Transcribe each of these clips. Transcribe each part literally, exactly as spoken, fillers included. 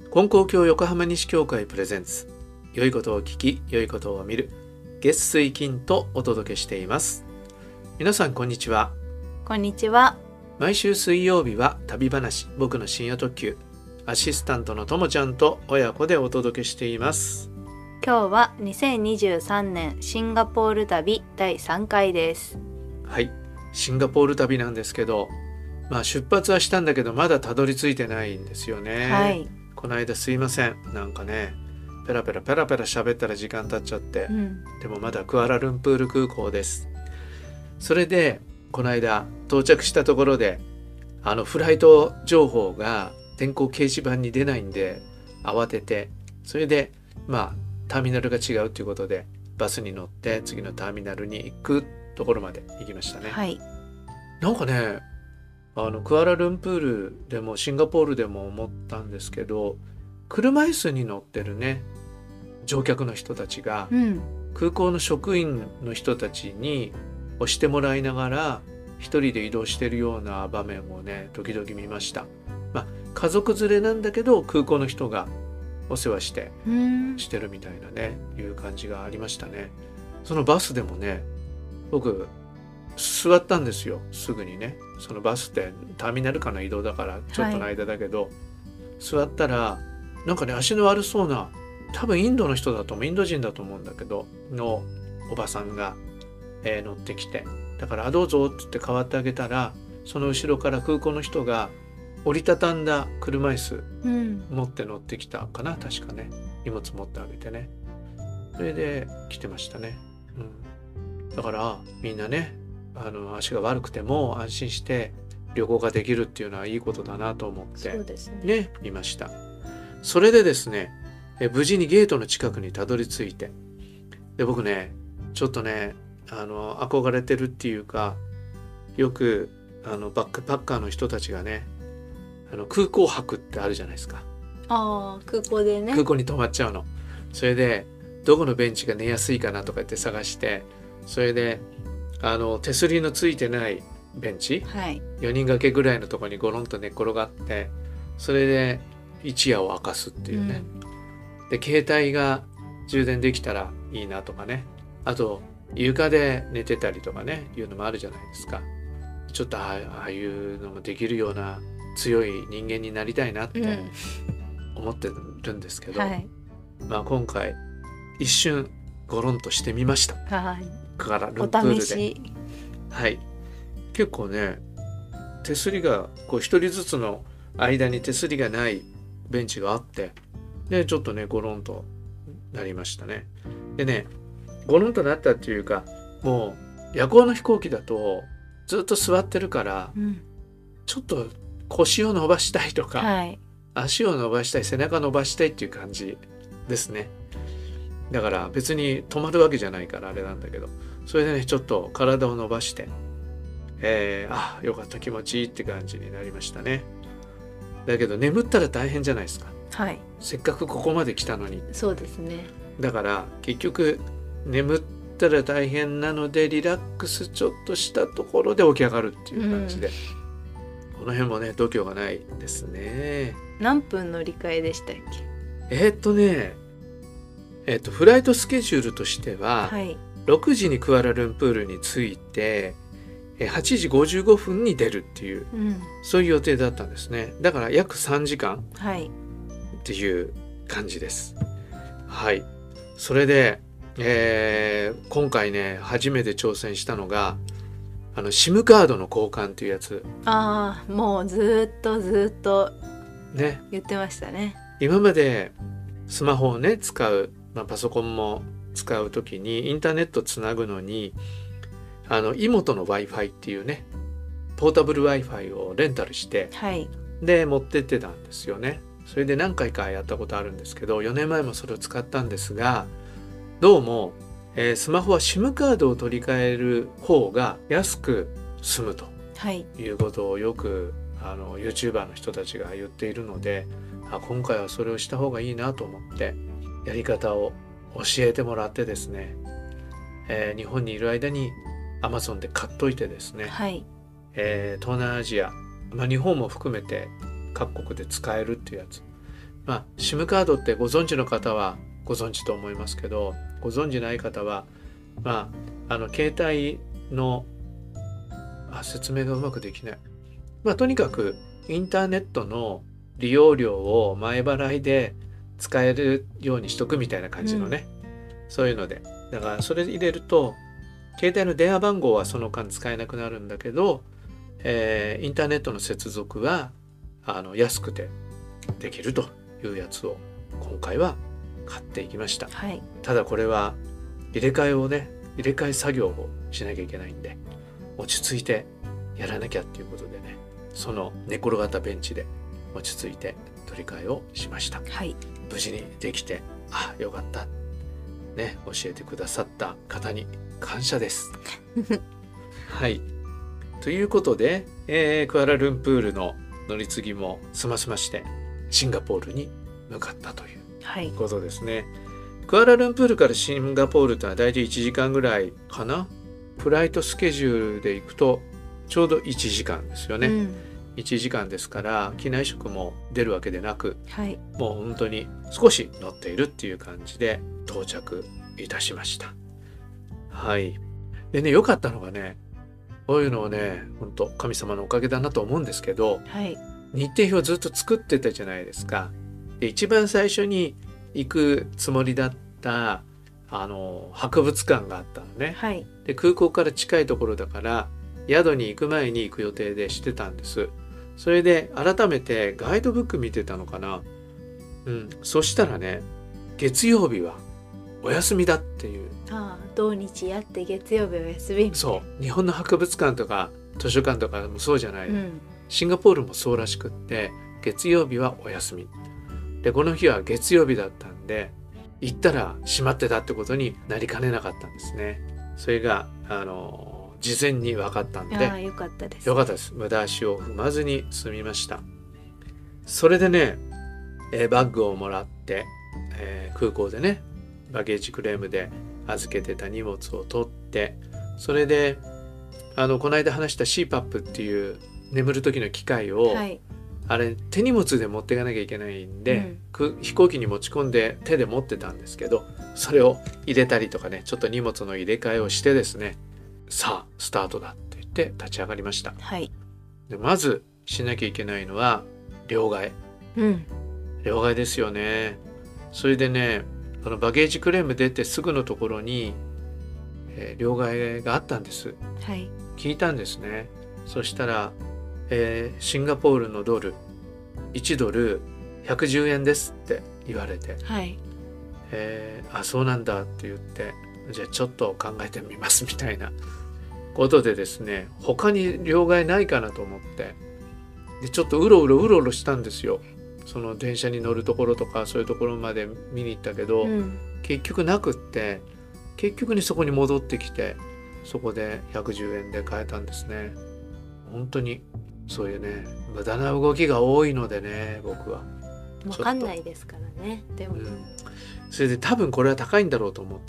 金光教横浜西教会プレゼンツ、良いことを聞き良いことを見る、月水金とお届けしています。皆さんこんにちは。 こんにちは。 毎週水曜日は旅話、僕の深夜特急、アシスタントのともちゃんと親子でお届けしています。 今日はにせんにじゅうさんねんシンガポール旅だいさんかいです。 はい、シンガポール旅なんですけど、まあ出発はしたんだけどまだたどり着いてないんですよね。 はい。 この間すいません、なんかねペラペラペラペラ喋ったら時間経っちゃって、 うん、 でもまだクアラルンプール空港です。それでこの間到着したところで、あのフライト情報が電光掲示板に出ないんで慌てて、それでまあターミナルが違うということでバスに乗って次のターミナルに行くところまで行きましたね。 はい。 なんかね、あのクアラルンプールでもシンガポールでも思ったんですけど、車椅子に乗ってるね乗客の人たちが、 うん、 空港の職員の人たちに押してもらいながら一人で移動しているような場面をね時々見ました。まあ、家族連れなんだけど空港の人がお世話してうんしてるみたいなねいう感じがありましたね。そのバスでもね、僕座ったんですよ、すぐにね。そのバスってターミナル間の移動だからちょっとの間だけど、はい、座ったらなんかね足の悪そうな、多分インドの人だと思う、インド人だと思うんだけどのおばさんが、えー、乗ってきて、だからあどうぞって言って代わってあげたら、その後ろから空港の人が折りたたんだ車椅子持って乗ってきたかな、確かね。荷物持ってあげてね、それで来てましたね。うん、だからみんなね、あの足が悪くても安心して旅行ができるっていうのはいいことだなと思って、 そうですね。 ね、見ました。それでですね、え無事にゲートの近くにたどり着いて、で僕ねちょっとねあの憧れてるっていうか、よくあのバックパッカーの人たちがね、あの空港泊ってあるじゃないですか。 ああ、空港でね。 空港に泊まっちゃうの。それでどこのベンチが寝やすいかなとか言って探して、それであの手すりのついてないベンチ、 はい、 よにん掛けぐらいのところにゴロンと寝っ転がって、それで一夜を明かすっていうね、うん、で携帯が充電できたらいいなとかね、あと床で寝てたりとかねいうのもあるじゃないですか。ちょっとああいうのもできるような強い人間になりたいなって思ってるんですけど、うん、はい、まあ今回一瞬ゴロンとしてみました。 はい、 クアラルンプールで。 お試し。 はい。結構ね、手すりがこう一人ずつの間に手すりがないベンチがあって、でちょっとねゴロンとなりましたね。でね、ゴロンとなったっていうか、もう夜行の飛行機だとずっと座ってるから、うん、ちょっと腰を伸ばしたいとか、はい、足を伸ばしたい、背中伸ばしたいっていう感じですね。だから別に止まるわけじゃないからあれなんだけど、それでねちょっと体を伸ばして、えー、あよかった、気持ちいいって感じになりましたね。だけど眠ったら大変じゃないですか。はい、せっかくここまで来たのに。 そうですね。 だから結局眠ったら大変なので、リラックスちょっとしたところで起き上がるっていう感じで、うん、この辺もね度胸がないですね。 何分乗り換えでしたっけ？ えー、っとねえっと、フライトスケジュールとしては、はい、ろくじにクアラルンプールに着いてはちじごじゅうごふんに出るっていう、うん、そういう予定だったんですね。だから約さんじかんっていう感じです。はい、それで、えー、今回ね初めて挑戦したのがあの SIM カードの交換っていうやつ。 ああ、もうずっとずっとね言ってましたね。 今までスマホをね使う、まあ、パソコンも使うときにインターネットつなぐのに、あの妹の Wi-Fi っていうねポータブル Wi-Fi をレンタルして、はい、で持ってってたんですよね。それで何回かやったことあるんですけど、よねんまえもそれを使ったんですが、どうも、えー、スマホは SIM カードを取り替える方が安く済むということをよくあの YouTuber の人たちが言っているので、あ今回はそれをした方がいいなと思ってやり方を教えてもらってですね、えー、日本にいる間に Amazon で買っといてですね、はい、えー、東南アジア、まあ、日本も含めて各国で使えるっていうやつ、 まあ SIM カードってご存知の方はご存知と思いますけど、ご存知ない方はまああの携帯のあ説明がうまくできない。まあとにかくインターネットの利用料を前払いで使えるようにしとくみたいな感じのね、うん、そういうので、だからそれ入れると携帯の電話番号はその間使えなくなるんだけど、えー、インターネットの接続はあの安くてできるというやつを今回は買っていきました、 はい、 ただこれは入れ替えをね入れ替え作業をしなきゃいけないんで落ち着いてやらなきゃっていうことでね、その寝転がったベンチで落ち着いて取り替えをしました、 はい、 無事にできてあよかったね、教えてくださった方に感謝ですはいということで、えー、クアラルンプールの乗り継ぎも済ませましてシンガポールに向かったということですね、はい、クアラルンプールからシンガポールというのはだいたいいちじかんぐらいかな。フライトスケジュールで行くとちょうどいちじかんですよね、うん、いちじかんですから機内食も出るわけでなく、はい、もう本当に少し乗っているっていう感じで到着いたしました。はいでね良かったのがね、こういうのをね本当神様のおかげだなと思うんですけど、はい、日程表をずっと作ってたじゃないですか。で一番最初に行くつもりだったあの博物館があったのね、はい、で空港から近いところだから宿に行く前に行く予定でしてたんです。それで改めてガイドブック見てたのかな、うん、そしたらね月曜日はお休みだっていう。 ああ土日やって月曜日お休み。 そう日本の博物館とか図書館とかもそうじゃない、うん、シンガポールもそうらしくって月曜日はお休みで、この日は月曜日だったんで行ったら閉まってたってことになりかねなかったんですね。それがあの事前に分かったんでああよかったです。 よかったです。無駄足を踏まずに済みました。それでね、えー、バッグをもらって、えー、空港でねバゲージクレームで預けてた荷物を取って、それであのこの間話した シーパップ っていう眠る時の機械を、はい、あれ手荷物で持っていかなきゃいけないんで、うん、飛行機に持ち込んで手で持ってたんですけど、それを入れたりとかねちょっと荷物の入れ替えをしてですね、さあスタートだって言って立ち上がりました、はい、でまずしなきゃいけないのは両替、うん、両替ですよね。それでねあのバゲージクレーム出てすぐのところに、えー、両替があったんです、はい、聞いたんですね。そしたら、えー、シンガポールのドルいちドルひゃくじゅうえんですって言われて、はいえー、あそうなんだって言って、じゃあちょっと考えてみますみたいなことでですね、他に両替ないかなと思ってでちょっとうろうろうろうろしたんですよ。その電車に乗るところとかそういうところまで見に行ったけど、うん、結局なくって結局にそこに戻ってきてそこでひゃくじゅうえんで買えたんですね。本当にそういうね無駄な動きが多いのでね、僕は分かんないですからね。でも、うん、 それで多分これは高いんだろうと思って、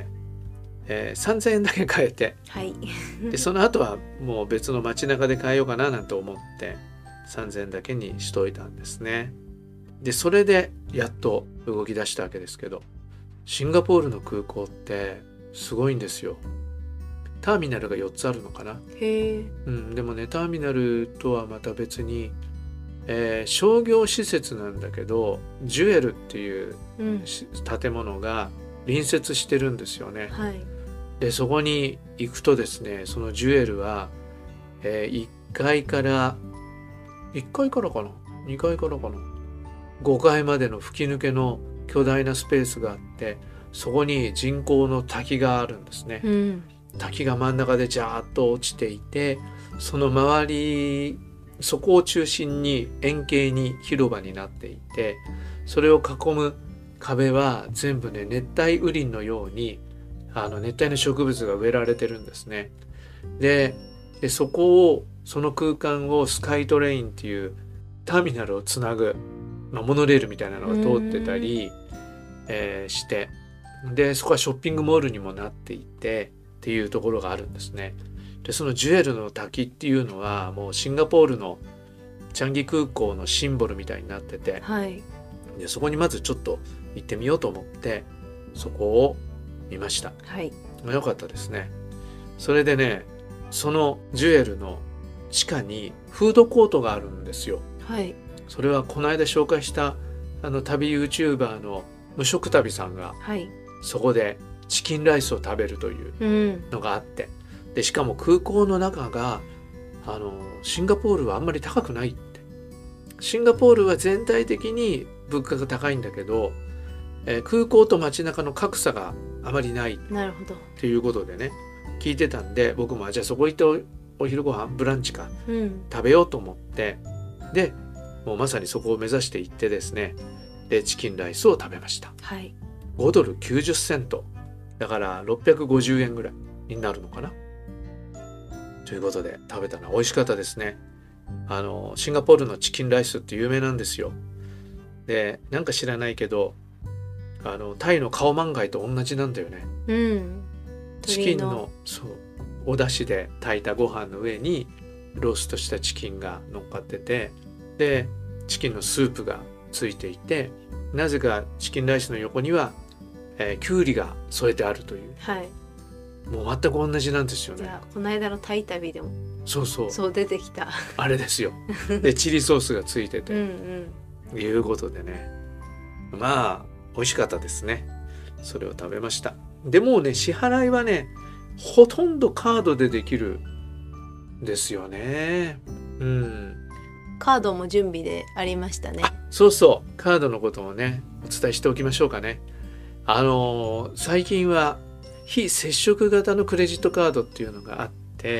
えー、さんぜんえんだけ買えて、はい、でその後はもう別の街中で買えようかななんて思ってさんぜんえんだけにしといたんですね。でそれでやっと動き出したわけですけど、シンガポールの空港ってすごいんですよ。ターミナルがよっつあるのかな。へー、うん、でもねターミナルとはまた別に、えー、商業施設なんだけどジュエルっていう、うん、建物が隣接してるんですよね、はい、でそこに行くとですね、そのジュエルは、えー、いっかいからいっかいからかなにかいからかなごかいまでの吹き抜けの巨大なスペースがあって、そこに人工の滝があるんですね、うん、滝が真ん中でジャーッと落ちていて、その周りそこを中心に円形に広場になっていて、それを囲む壁は全部ね熱帯雨林のようにあの熱帯の植物が植えられてるんですね。で、でそこをその空間をスカイトレインっていうターミナルをつなぐ、まあ、モノレールみたいなのが通ってたり、えー、して、でそこはショッピングモールにもなっていてっていうところがあるんですね。でそのジュエルの滝っていうのはもうシンガポールのチャンギ空港のシンボルみたいになってて、はい、 でそこにまずちょっと行ってみようと思ってそこを見ました。 はい。 まあ、よかったですね。それでね、そのジュエルの地下にフードコートがあるんですよ。 はい。 それはこの間紹介したあの旅 YouTuber の無食旅さんがはい。 そこでチキンライスを食べるといううん。 のがあって、でしかも空港の中があのシンガポールはあんまり高くないって。シンガポールは全体的に物価が高いんだけど、えー空港と街中の格差があまりないっなるほど。 ていうことでね聞いてたんで、僕もあじゃあそこ行ってお、お昼ご飯ブランチかうん。 食べようと思って、でもうまさにそこを目指して行ってですね、でチキンライスを食べました。 はい。 ごドルきゅうじゅっセントだからろっぴゃくごじゅうえんぐらいになるのかなということで食べたのは美味しかったですね。あのシンガポールのチキンライスって有名なんですよ。でなんか知らないけどあのタイのカオマンガイと同じなんだよね。 うん。 チキンのそうお出汁で炊いたご飯の上にローストしたチキンが乗っかってて、でチキンのスープがついていて、なぜかチキンライスの横には、えー、きゅうりが添えてあるという、 はい。 もう全く同じなんですよね。 じゃあこの間のタイ旅でもそうそうそう出てきた。 あれですよ。でチリソースがついてうんて、 うん。 いうことでね、まあ美味しかったですね。それを食べました。でもうね支払いはねほとんどカードでできるんですよね。うん。 カードも準備でありましたね。 そうそう、カードのこともねお伝えしておきましょうかね。あのー最近は非接触型のクレジットカードっていうのがあって、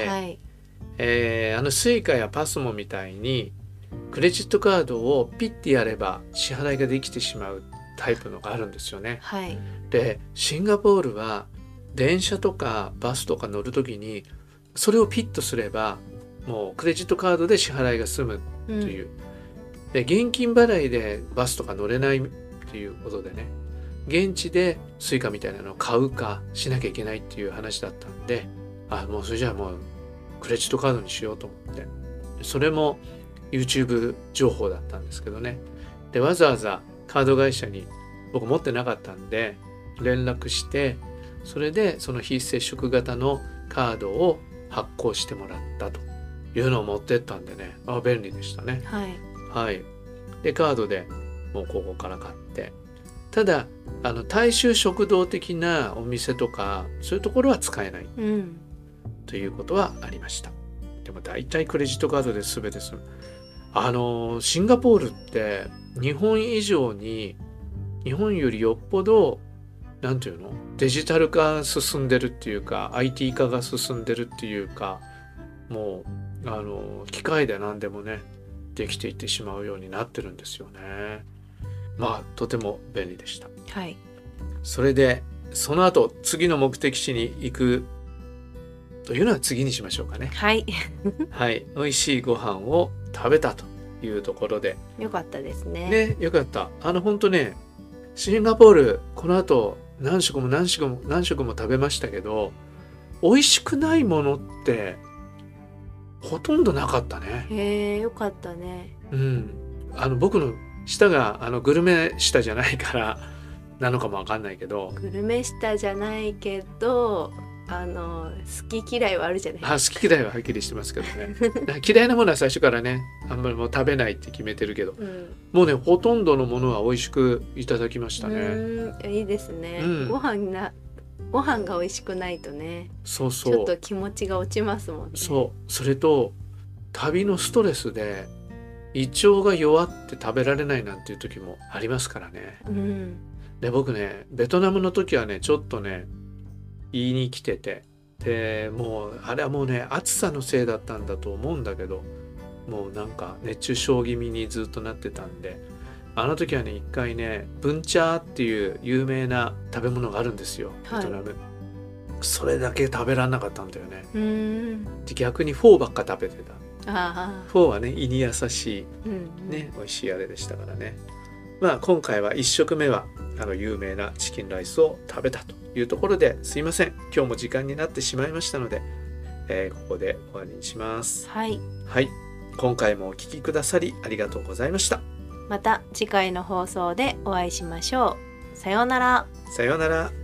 はい。 えーあのスイカやパスモみたいにクレジットカードをピッてやれば支払いができてしまうタイプのがあるんですよね。 はい。 でシンガポールは電車とかバスとか乗るときにそれをピッとすればもうクレジットカードで支払いが済むうん。 という、で現金払いでバスとか乗れないっていうことでね、現地でスイカみたいなのを買うかしなきゃいけないっていう話だったんで、あもうそれじゃあもうクレジットカードにしようと思って、それも YouTube 情報だったんですけどね。でわざわざカード会社に僕持ってなかったんで連絡して、それでその非接触型のカードを発行してもらったというのを持ってったんでね、あ便利でしたね。 はい。 はい。でカードでもうここから買って、ただあの大衆食堂的なお店とかそういうところは使えないうん。 ということはありました。でも大体クレジットカードで全て済む。あのシンガポールって日本以上に日本よりよっぽどなんていうのデジタル化進んでるっていうか アイティー 化が進んでるっていうか、もうあの機械で何でもねできていってしまうようになってるんですよね。まあとても便利でした。 はい。 それでその後次の目的地に行くというのは次にしましょうかね。 はい。 はい、美味しいご飯を食べたというところでよかったですね。 ね、よかった。あの本当ね、シンガポールこの後何食も何食も何食も食べましたけど、美味しくないものってほとんどなかったね。 へえ、よかったね。 うん、あの僕の舌があのグルメ舌じゃないからなのかもわかんないけど、 グルメ舌じゃないけど、あの好き嫌いはあるじゃない。 あ好き嫌いははっきりしてますけどね。嫌いなものは最初からね、あんまりもう食べないって決めてるけど、 うん。 もうねほとんどのものは美味しくいただきましたうね。 ーん、いいですね。 うんご飯なご飯が美味しくないとね、 そうそう。 ちょっと気持ちが落ちますもんね。 そうそれと旅のストレスで胃腸が弱って食べられないなんていう時もありますからね。 う。うん。 で僕ねベトナムの時はねちょっとね言いに来てて、でもうあれはもうね暑さのせいだったんだと思うんだけど、もうなんか熱中症気味にずっとなってたんで、あの時はね一回ねブンチャーっていう有名な食べ物があるんですよベトナム、 はい、 それだけ食べられなかったんだよね。 うーん。 で逆にフォーばっか食べてた。 ああ。 フォーはね胃に優しいうん。 ね美味しいあれでしたからね。まあ今回はいっ食目はあの有名なチキンライスを食べたというところですいません、今日も時間になってしまいましたので、えーここで終わりにします。 はい。 はい、今回もお聞きくださりありがとうございました。 また次回の放送でお会いしましょう。さようなら。 さようなら。